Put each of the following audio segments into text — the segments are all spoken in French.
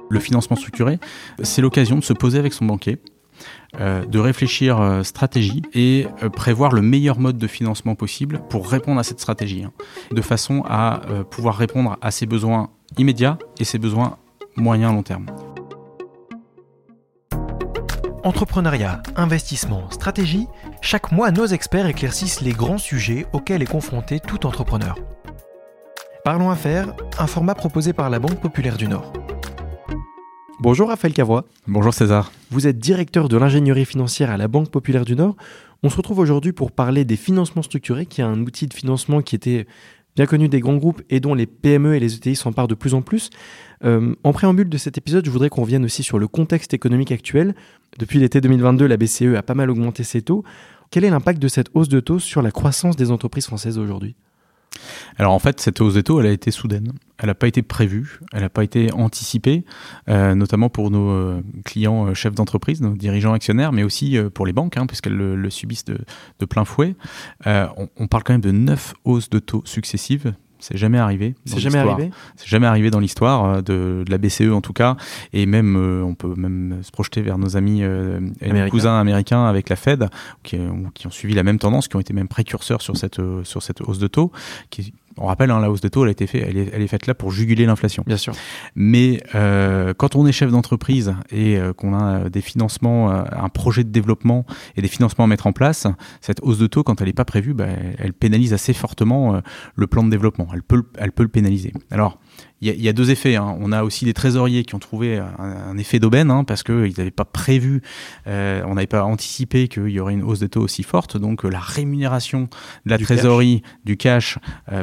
Le financement structuré, c'est l'occasion de se poser avec son banquier, de réfléchir stratégie et prévoir le meilleur mode de financement possible pour répondre à cette stratégie, de façon à pouvoir répondre à ses besoins immédiats et ses besoins moyen long terme. Entrepreneuriat, investissement, stratégie, chaque mois nos experts éclaircissent les grands sujets auxquels est confronté tout entrepreneur. Parlons Affaires, un format proposé par la Banque Populaire du Nord. Bonjour Raphaël Cavrois. Bonjour César. Vous êtes directeur de l'ingénierie financière à la Banque Populaire du Nord. On se retrouve aujourd'hui pour parler des financements structurés, qui est un outil de financement qui était bien connu des grands groupes et dont les PME et les ETI s'emparent de plus en plus. En préambule de cet épisode, je voudrais qu'on revienne aussi sur le contexte économique actuel. Depuis l'été 2022, la BCE a pas mal augmenté ses taux. Quel est l'impact de cette hausse de taux sur la croissance des entreprises françaises aujourd'hui ? Alors en fait, cette hausse des taux, elle a été soudaine. Elle n'a pas été prévue, elle n'a pas été anticipée, notamment pour nos clients chefs d'entreprise, nos dirigeants actionnaires, mais aussi pour les banques, puisqu'elles le subissent de plein fouet. On parle quand même de 9 hausses de taux successives. C'est jamais arrivé. C'est jamais arrivé dans l'histoire de la BCE en tout cas, et même on peut même se projeter vers nos amis et nos cousins américains avec la Fed, qui ont suivi la même tendance, qui ont été même précurseurs sur cette hausse de taux. On rappelle, la hausse de taux, elle est faite là pour juguler l'inflation. Bien sûr. Mais quand on est chef d'entreprise et qu'on a des financements, un projet de développement et des financements à mettre en place, cette hausse de taux, quand elle n'est pas prévue, elle pénalise assez fortement le plan de développement. Elle peut le pénaliser. Alors, il y a deux effets. On a aussi des trésoriers qui ont trouvé un effet d'aubaine, parce qu'ils n'avaient pas prévu, on n'avait pas anticipé qu'il y aurait une hausse de taux aussi forte. Donc la rémunération de la trésorerie, du cash,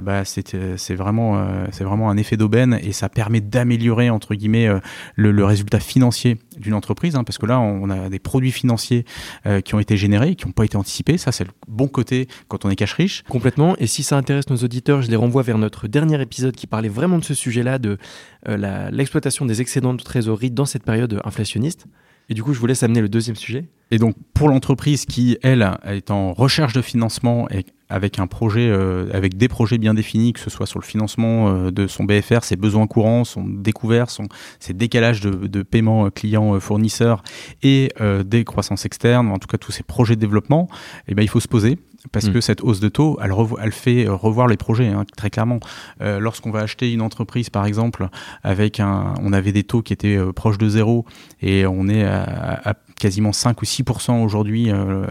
c'est vraiment un effet d'aubaine, et ça permet d'améliorer entre guillemets le résultat financier d'une entreprise, parce que là on a des produits financiers qui ont été générés, qui n'ont pas été anticipés. Ça, c'est le bon côté quand on est cash riche. Complètement. Et si ça intéresse nos auditeurs, je les renvoie vers notre dernier épisode qui parlait vraiment de ce sujet-là, de l'exploitation des excédents de trésorerie dans cette période inflationniste. Et du coup, je vous laisse amener le deuxième sujet. Et donc, pour l'entreprise qui, elle, est en recherche de financement et avec un projet, avec des projets bien définis, que ce soit sur le financement de son BFR, ses besoins courants, son découvert, ses décalages de paiement client-fournisseur et des croissances externes, en tout cas tous ces projets de développement, il faut se poser. Parce que cette hausse de taux, elle fait revoir les projets, très clairement. Lorsqu'on va acheter une entreprise, par exemple, on avait des taux qui étaient proches de zéro, et on est à quasiment 5 ou 6% aujourd'hui,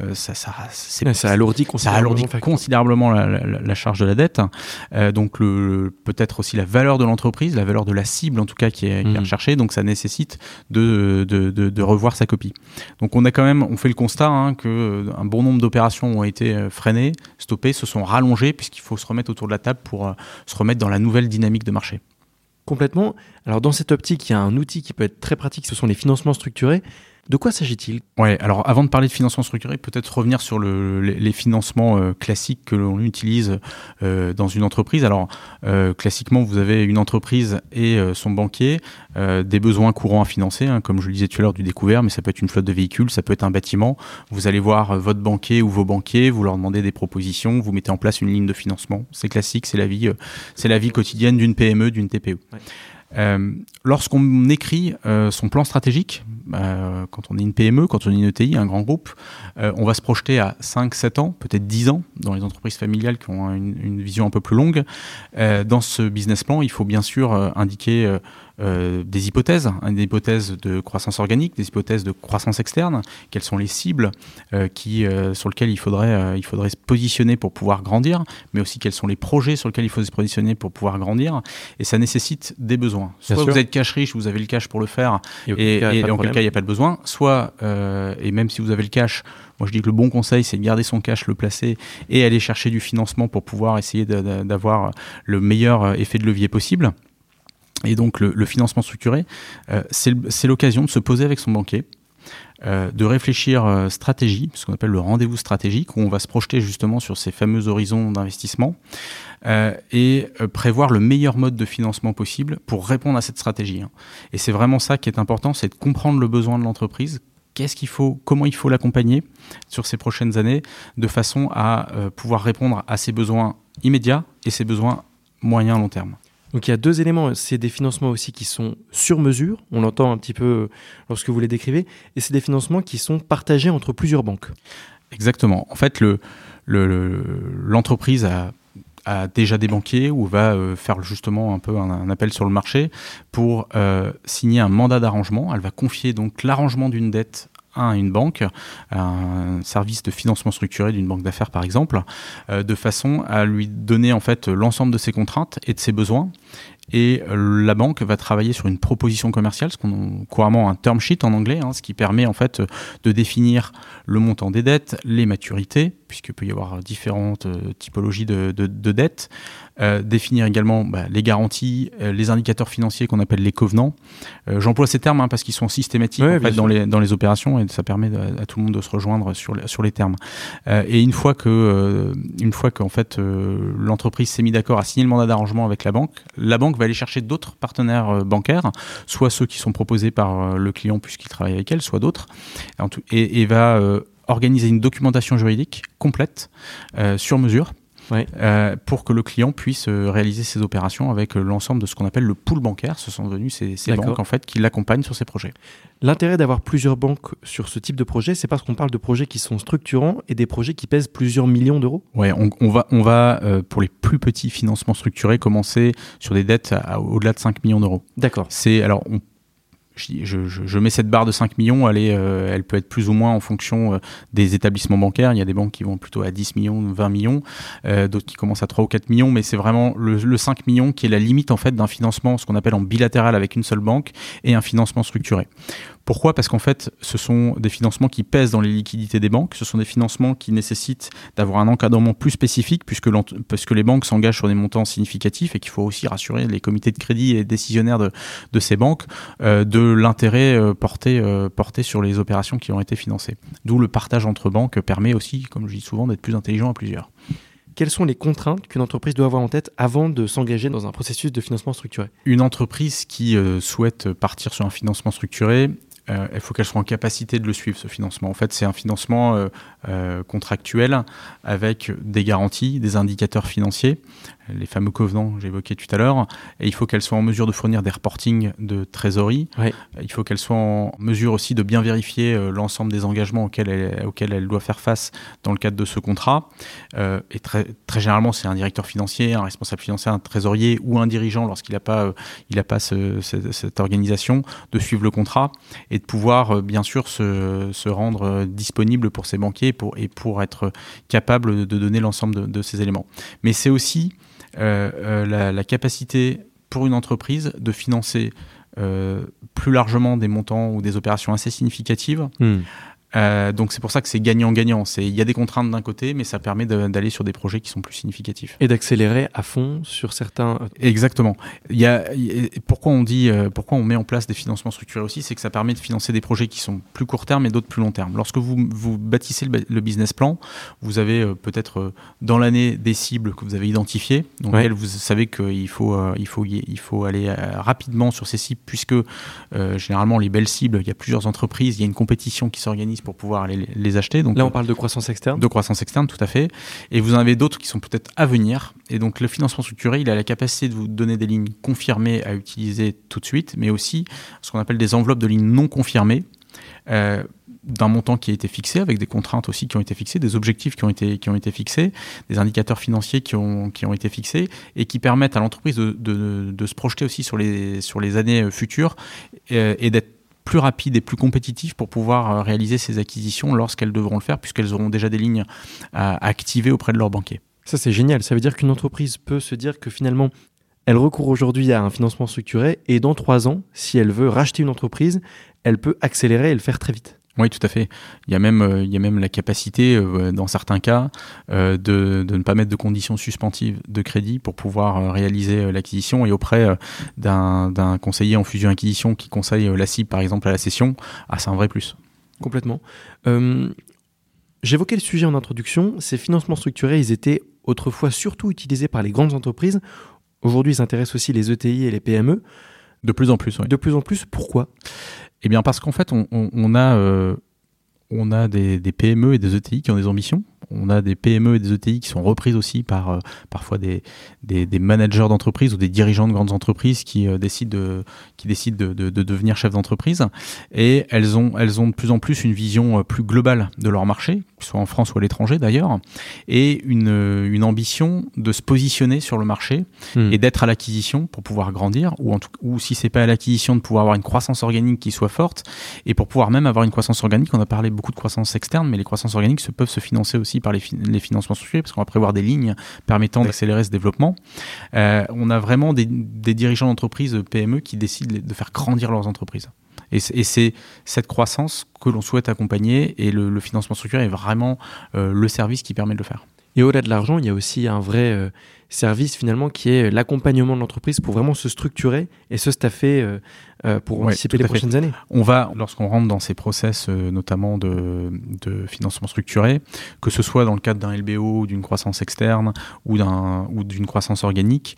ça alourdit considérablement la charge de la dette. Donc peut-être aussi la valeur de l'entreprise, la valeur de la cible en tout cas qui est recherchée. Donc ça nécessite de revoir sa copie. Donc on fait le constat que un bon nombre d'opérations ont été freinées, stoppées, se sont rallongées, puisqu'il faut se remettre autour de la table pour se remettre dans la nouvelle dynamique de marché. Complètement. Alors dans cette optique, il y a un outil qui peut être très pratique, ce sont les financements structurés. De quoi s'agit-il ? Ouais, alors avant de parler de financement structuré, peut-être revenir sur les financements classiques que l'on utilise dans une entreprise. Alors classiquement, vous avez une entreprise et son banquier, des besoins courants à financer, comme je le disais tout à l'heure, du découvert, mais ça peut être une flotte de véhicules, ça peut être un bâtiment. Vous allez voir votre banquier ou vos banquiers, vous leur demandez des propositions, vous mettez en place une ligne de financement. C'est classique, c'est la vie quotidienne d'une PME, d'une TPE. Ouais. Lorsqu'on écrit son plan stratégique, quand on est une PME, quand on est une ETI, un grand groupe, on va se projeter à 5-7 ans, peut-être 10 ans, dans les entreprises familiales qui ont une vision un peu plus longue. Dans ce business plan, il faut bien sûr indiquer des hypothèses de croissance organique, des hypothèses de croissance externe, quelles sont les cibles sur lesquelles il faudrait se positionner pour pouvoir grandir, mais aussi quels sont les projets sur lesquels il faut se positionner pour pouvoir grandir, et ça nécessite des besoins. Soit vous êtes cash riche, vous avez le cash pour le faire, et dans quel cas il n'y a pas de besoin, soit, et même si vous avez le cash, moi je dis que le bon conseil c'est de garder son cash, le placer et aller chercher du financement pour pouvoir essayer d'avoir le meilleur effet de levier possible. Et donc le financement structuré, c'est l'occasion de se poser avec son banquier, de réfléchir stratégie, ce qu'on appelle le rendez-vous stratégique, où on va se projeter justement sur ces fameux horizons d'investissement et prévoir le meilleur mode de financement possible pour répondre à cette stratégie. Et c'est vraiment ça qui est important, c'est de comprendre le besoin de l'entreprise, comment il faut l'accompagner sur ces prochaines années, de façon à pouvoir répondre à ses besoins immédiats et ses besoins moyen long terme. Donc il y a deux éléments, c'est des financements aussi qui sont sur mesure, on l'entend un petit peu lorsque vous les décrivez, et c'est des financements qui sont partagés entre plusieurs banques. Exactement. En fait, l'entreprise a déjà des banquiers ou va faire justement un peu un appel sur le marché pour signer un mandat d'arrangement. Elle va confier donc l'arrangement d'une dette à une banque, à un service de financement structuré d'une banque d'affaires par exemple, de façon à lui donner en fait l'ensemble de ses contraintes et de ses besoins. Et la banque va travailler sur une proposition commerciale, ce qu'on couramment un term sheet en anglais, ce qui permet en fait de définir le montant des dettes, les maturités, puisqu'il peut y avoir différentes typologies de dettes, définir également les garanties, les indicateurs financiers qu'on appelle les covenants. J'emploie ces termes parce qu'ils sont systématiques en fait, dans les opérations et ça permet à tout le monde de se rejoindre sur les termes. Et une fois que en fait, l'entreprise s'est mise d'accord à signer le mandat d'arrangement avec la banque va aller chercher d'autres partenaires bancaires, soit ceux qui sont proposés par le client puisqu'il travaille avec elle, soit d'autres, et va organiser une documentation juridique complète sur mesure. Oui. Pour que le client puisse réaliser ses opérations avec l'ensemble de ce qu'on appelle le pool bancaire. Ce sont devenus ces banques en fait, qui l'accompagnent sur ces projets. L'intérêt d'avoir plusieurs banques sur ce type de projet, c'est parce qu'on parle de projets qui sont structurants et des projets qui pèsent plusieurs millions d'euros. Oui, on va pour les plus petits financements structurés, commencer sur des dettes au-delà de 5 millions d'euros. D'accord. Je mets cette barre de 5 millions, elle peut être plus ou moins en fonction des établissements bancaires. Il y a des banques qui vont plutôt à 10 millions, 20 millions, d'autres qui commencent à 3 ou 4 millions, mais c'est vraiment le 5 millions qui est la limite en fait d'un financement, ce qu'on appelle en bilatéral avec une seule banque, et un financement structuré. Pourquoi ? Parce qu'en fait, ce sont des financements qui pèsent dans les liquidités des banques. Ce sont des financements qui nécessitent d'avoir un encadrement plus spécifique puisque les banques s'engagent sur des montants significatifs et qu'il faut aussi rassurer les comités de crédit et les décisionnaires de ces banques de l'intérêt porté sur les opérations qui ont été financées. D'où le partage entre banques permet aussi, comme je dis souvent, d'être plus intelligent à plusieurs. Quelles sont les contraintes qu'une entreprise doit avoir en tête avant de s'engager dans un processus de financement structuré ? Une entreprise qui souhaite partir sur un financement structuré, il faut qu'elle soit en capacité de le suivre, ce financement. En fait, c'est un financement contractuel avec des garanties, des indicateurs financiers, les fameux covenants que j'évoquais tout à l'heure. Et il faut qu'elle soit en mesure de fournir des reportings de trésorerie. Oui. Il faut qu'elle soit en mesure aussi de bien vérifier l'ensemble des engagements auxquels elle doit faire face dans le cadre de ce contrat. Et très, très généralement, c'est un directeur financier, un responsable financier, un trésorier ou un dirigeant lorsqu'il n'a pas cette organisation de suivre le contrat et de pouvoir bien sûr se rendre disponible pour ses banquiers et pour être capable de donner l'ensemble de ces éléments. Mais c'est aussi la capacité pour une entreprise de financer plus largement des montants ou des opérations assez significatives. Donc c'est pour ça que c'est gagnant-gagnant. Il y a des contraintes d'un côté, mais ça permet d'aller sur des projets qui sont plus significatifs. Et d'accélérer à fond sur certains... Exactement. Pourquoi on met en place des financements structurés aussi, c'est que ça permet de financer des projets qui sont plus court terme et d'autres plus long terme. Lorsque vous bâtissez le business plan, vous avez peut-être dans l'année des cibles que vous avez identifiées, donc vous savez qu'il faut aller rapidement sur ces cibles, puisque généralement les belles cibles, il y a plusieurs entreprises, il y a une compétition qui s'organise pour pouvoir aller les acheter. Donc, là, on parle de croissance externe. De croissance externe, tout à fait. Et vous en avez d'autres qui sont peut-être à venir. Et donc, le financement structuré, il a la capacité de vous donner des lignes confirmées à utiliser tout de suite, mais aussi ce qu'on appelle des enveloppes de lignes non confirmées, d'un montant qui a été fixé, avec des contraintes aussi qui ont été fixées, des objectifs qui ont été fixés, des indicateurs financiers qui ont été fixés et qui permettent à l'entreprise de se projeter aussi sur les années futures et d'être plus rapide et plus compétitif pour pouvoir réaliser ces acquisitions lorsqu'elles devront le faire, puisqu'elles auront déjà des lignes à activer auprès de leurs banquiers. Ça, c'est génial. Ça veut dire qu'une entreprise peut se dire que finalement, elle recourt aujourd'hui à un financement structuré et dans 3 ans, si elle veut racheter une entreprise, elle peut accélérer et le faire très vite. Oui, tout à fait. Il y a même la capacité, dans certains cas, de ne pas mettre de conditions suspensives de crédit pour pouvoir réaliser l'acquisition. Et auprès d'un conseiller en fusion-acquisition qui conseille la cible, par exemple, à la cession, c'est un vrai plus. Complètement. J'évoquais le sujet en introduction. Ces financements structurés, ils étaient autrefois surtout utilisés par les grandes entreprises. Aujourd'hui, ils intéressent aussi les ETI et les PME. De plus en plus, oui. De plus en plus, pourquoi ? Eh bien parce qu'en fait, on On a des PME et des ETI qui ont des ambitions. On a des PME et des ETI qui sont reprises aussi par parfois des managers d'entreprise ou des dirigeants de grandes entreprises qui décident de devenir chefs d'entreprise. Et elles ont de plus en plus une vision plus globale de leur marché, que ce soit en France ou à l'étranger d'ailleurs, et une ambition de se positionner sur le marché et d'être à l'acquisition pour pouvoir grandir, ou si c'est pas à l'acquisition, de pouvoir avoir une croissance organique qui soit forte, et pour pouvoir même avoir une croissance organique. On a parlé beaucoup de croissance externe, mais les croissances organiques peuvent se financer aussi par les financements structurés, parce qu'on va prévoir des lignes permettant d'accélérer ce développement. On a vraiment des dirigeants d'entreprises PME qui décident de faire grandir leurs entreprises. Et c'est cette croissance que l'on souhaite accompagner, et le financement structuré est vraiment le service qui permet de le faire. Et au-delà de l'argent, il y a aussi un vrai service finalement qui est l'accompagnement de l'entreprise pour vraiment se structurer et se staffer pour anticiper les prochaines années. Lorsqu'on rentre dans ces process notamment de financement structuré, que ce soit dans le cadre d'un LBO, d'une croissance externe ou d'une croissance organique,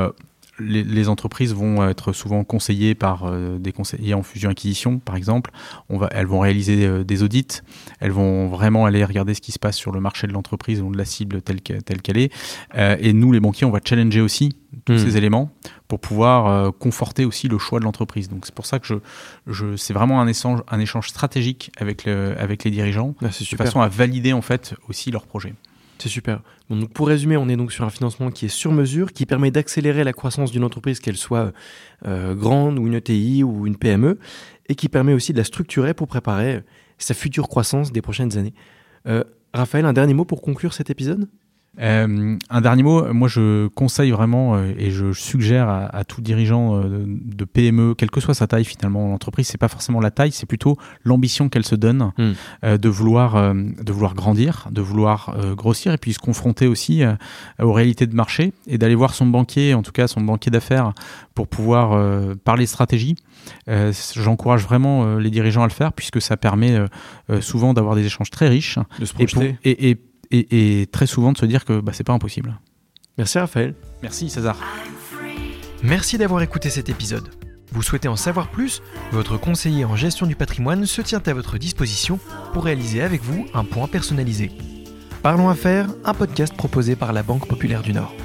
les entreprises vont être souvent conseillées par des conseillers en fusion-acquisition, par exemple. Elles vont réaliser des audits. Elles vont vraiment aller regarder ce qui se passe sur le marché de l'entreprise ou de la cible telle qu'elle est. Et nous, les banquiers, on va challenger aussi tous ces éléments pour pouvoir conforter aussi le choix de l'entreprise. Donc c'est pour ça que c'est vraiment un échange stratégique avec les dirigeants, de façon à valider en fait aussi leur projet. C'est super. Bon, donc pour résumer, on est donc sur un financement qui est sur mesure, qui permet d'accélérer la croissance d'une entreprise, qu'elle soit grande ou une ETI ou une PME, et qui permet aussi de la structurer pour préparer sa future croissance des prochaines années. Raphaël, un dernier mot pour conclure cet épisode ? Un dernier mot, moi je conseille vraiment et je suggère à tout dirigeant de PME, quelle que soit sa taille finalement, l'entreprise, c'est pas forcément la taille, c'est plutôt l'ambition qu'elle se donne de vouloir grandir, de vouloir grossir, et puis se confronter aussi aux réalités de marché, et d'aller voir son banquier, en tout cas son banquier d'affaires, pour pouvoir parler stratégie. J'encourage vraiment les dirigeants à le faire, puisque ça permet souvent d'avoir des échanges très riches, de se projeter. Et très souvent de se dire que c'est pas impossible. Merci Raphaël. Merci César. Merci d'avoir écouté cet épisode. Vous souhaitez en savoir plus ? Votre conseiller en gestion du patrimoine se tient à votre disposition pour réaliser avec vous un point personnalisé. Parlons Affaires, un podcast proposé par la Banque Populaire du Nord.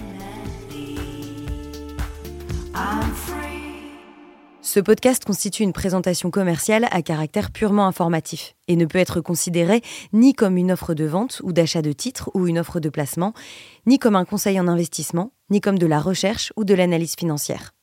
Ce podcast constitue une présentation commerciale à caractère purement informatif et ne peut être considéré ni comme une offre de vente ou d'achat de titres ou une offre de placement, ni comme un conseil en investissement, ni comme de la recherche ou de l'analyse financière.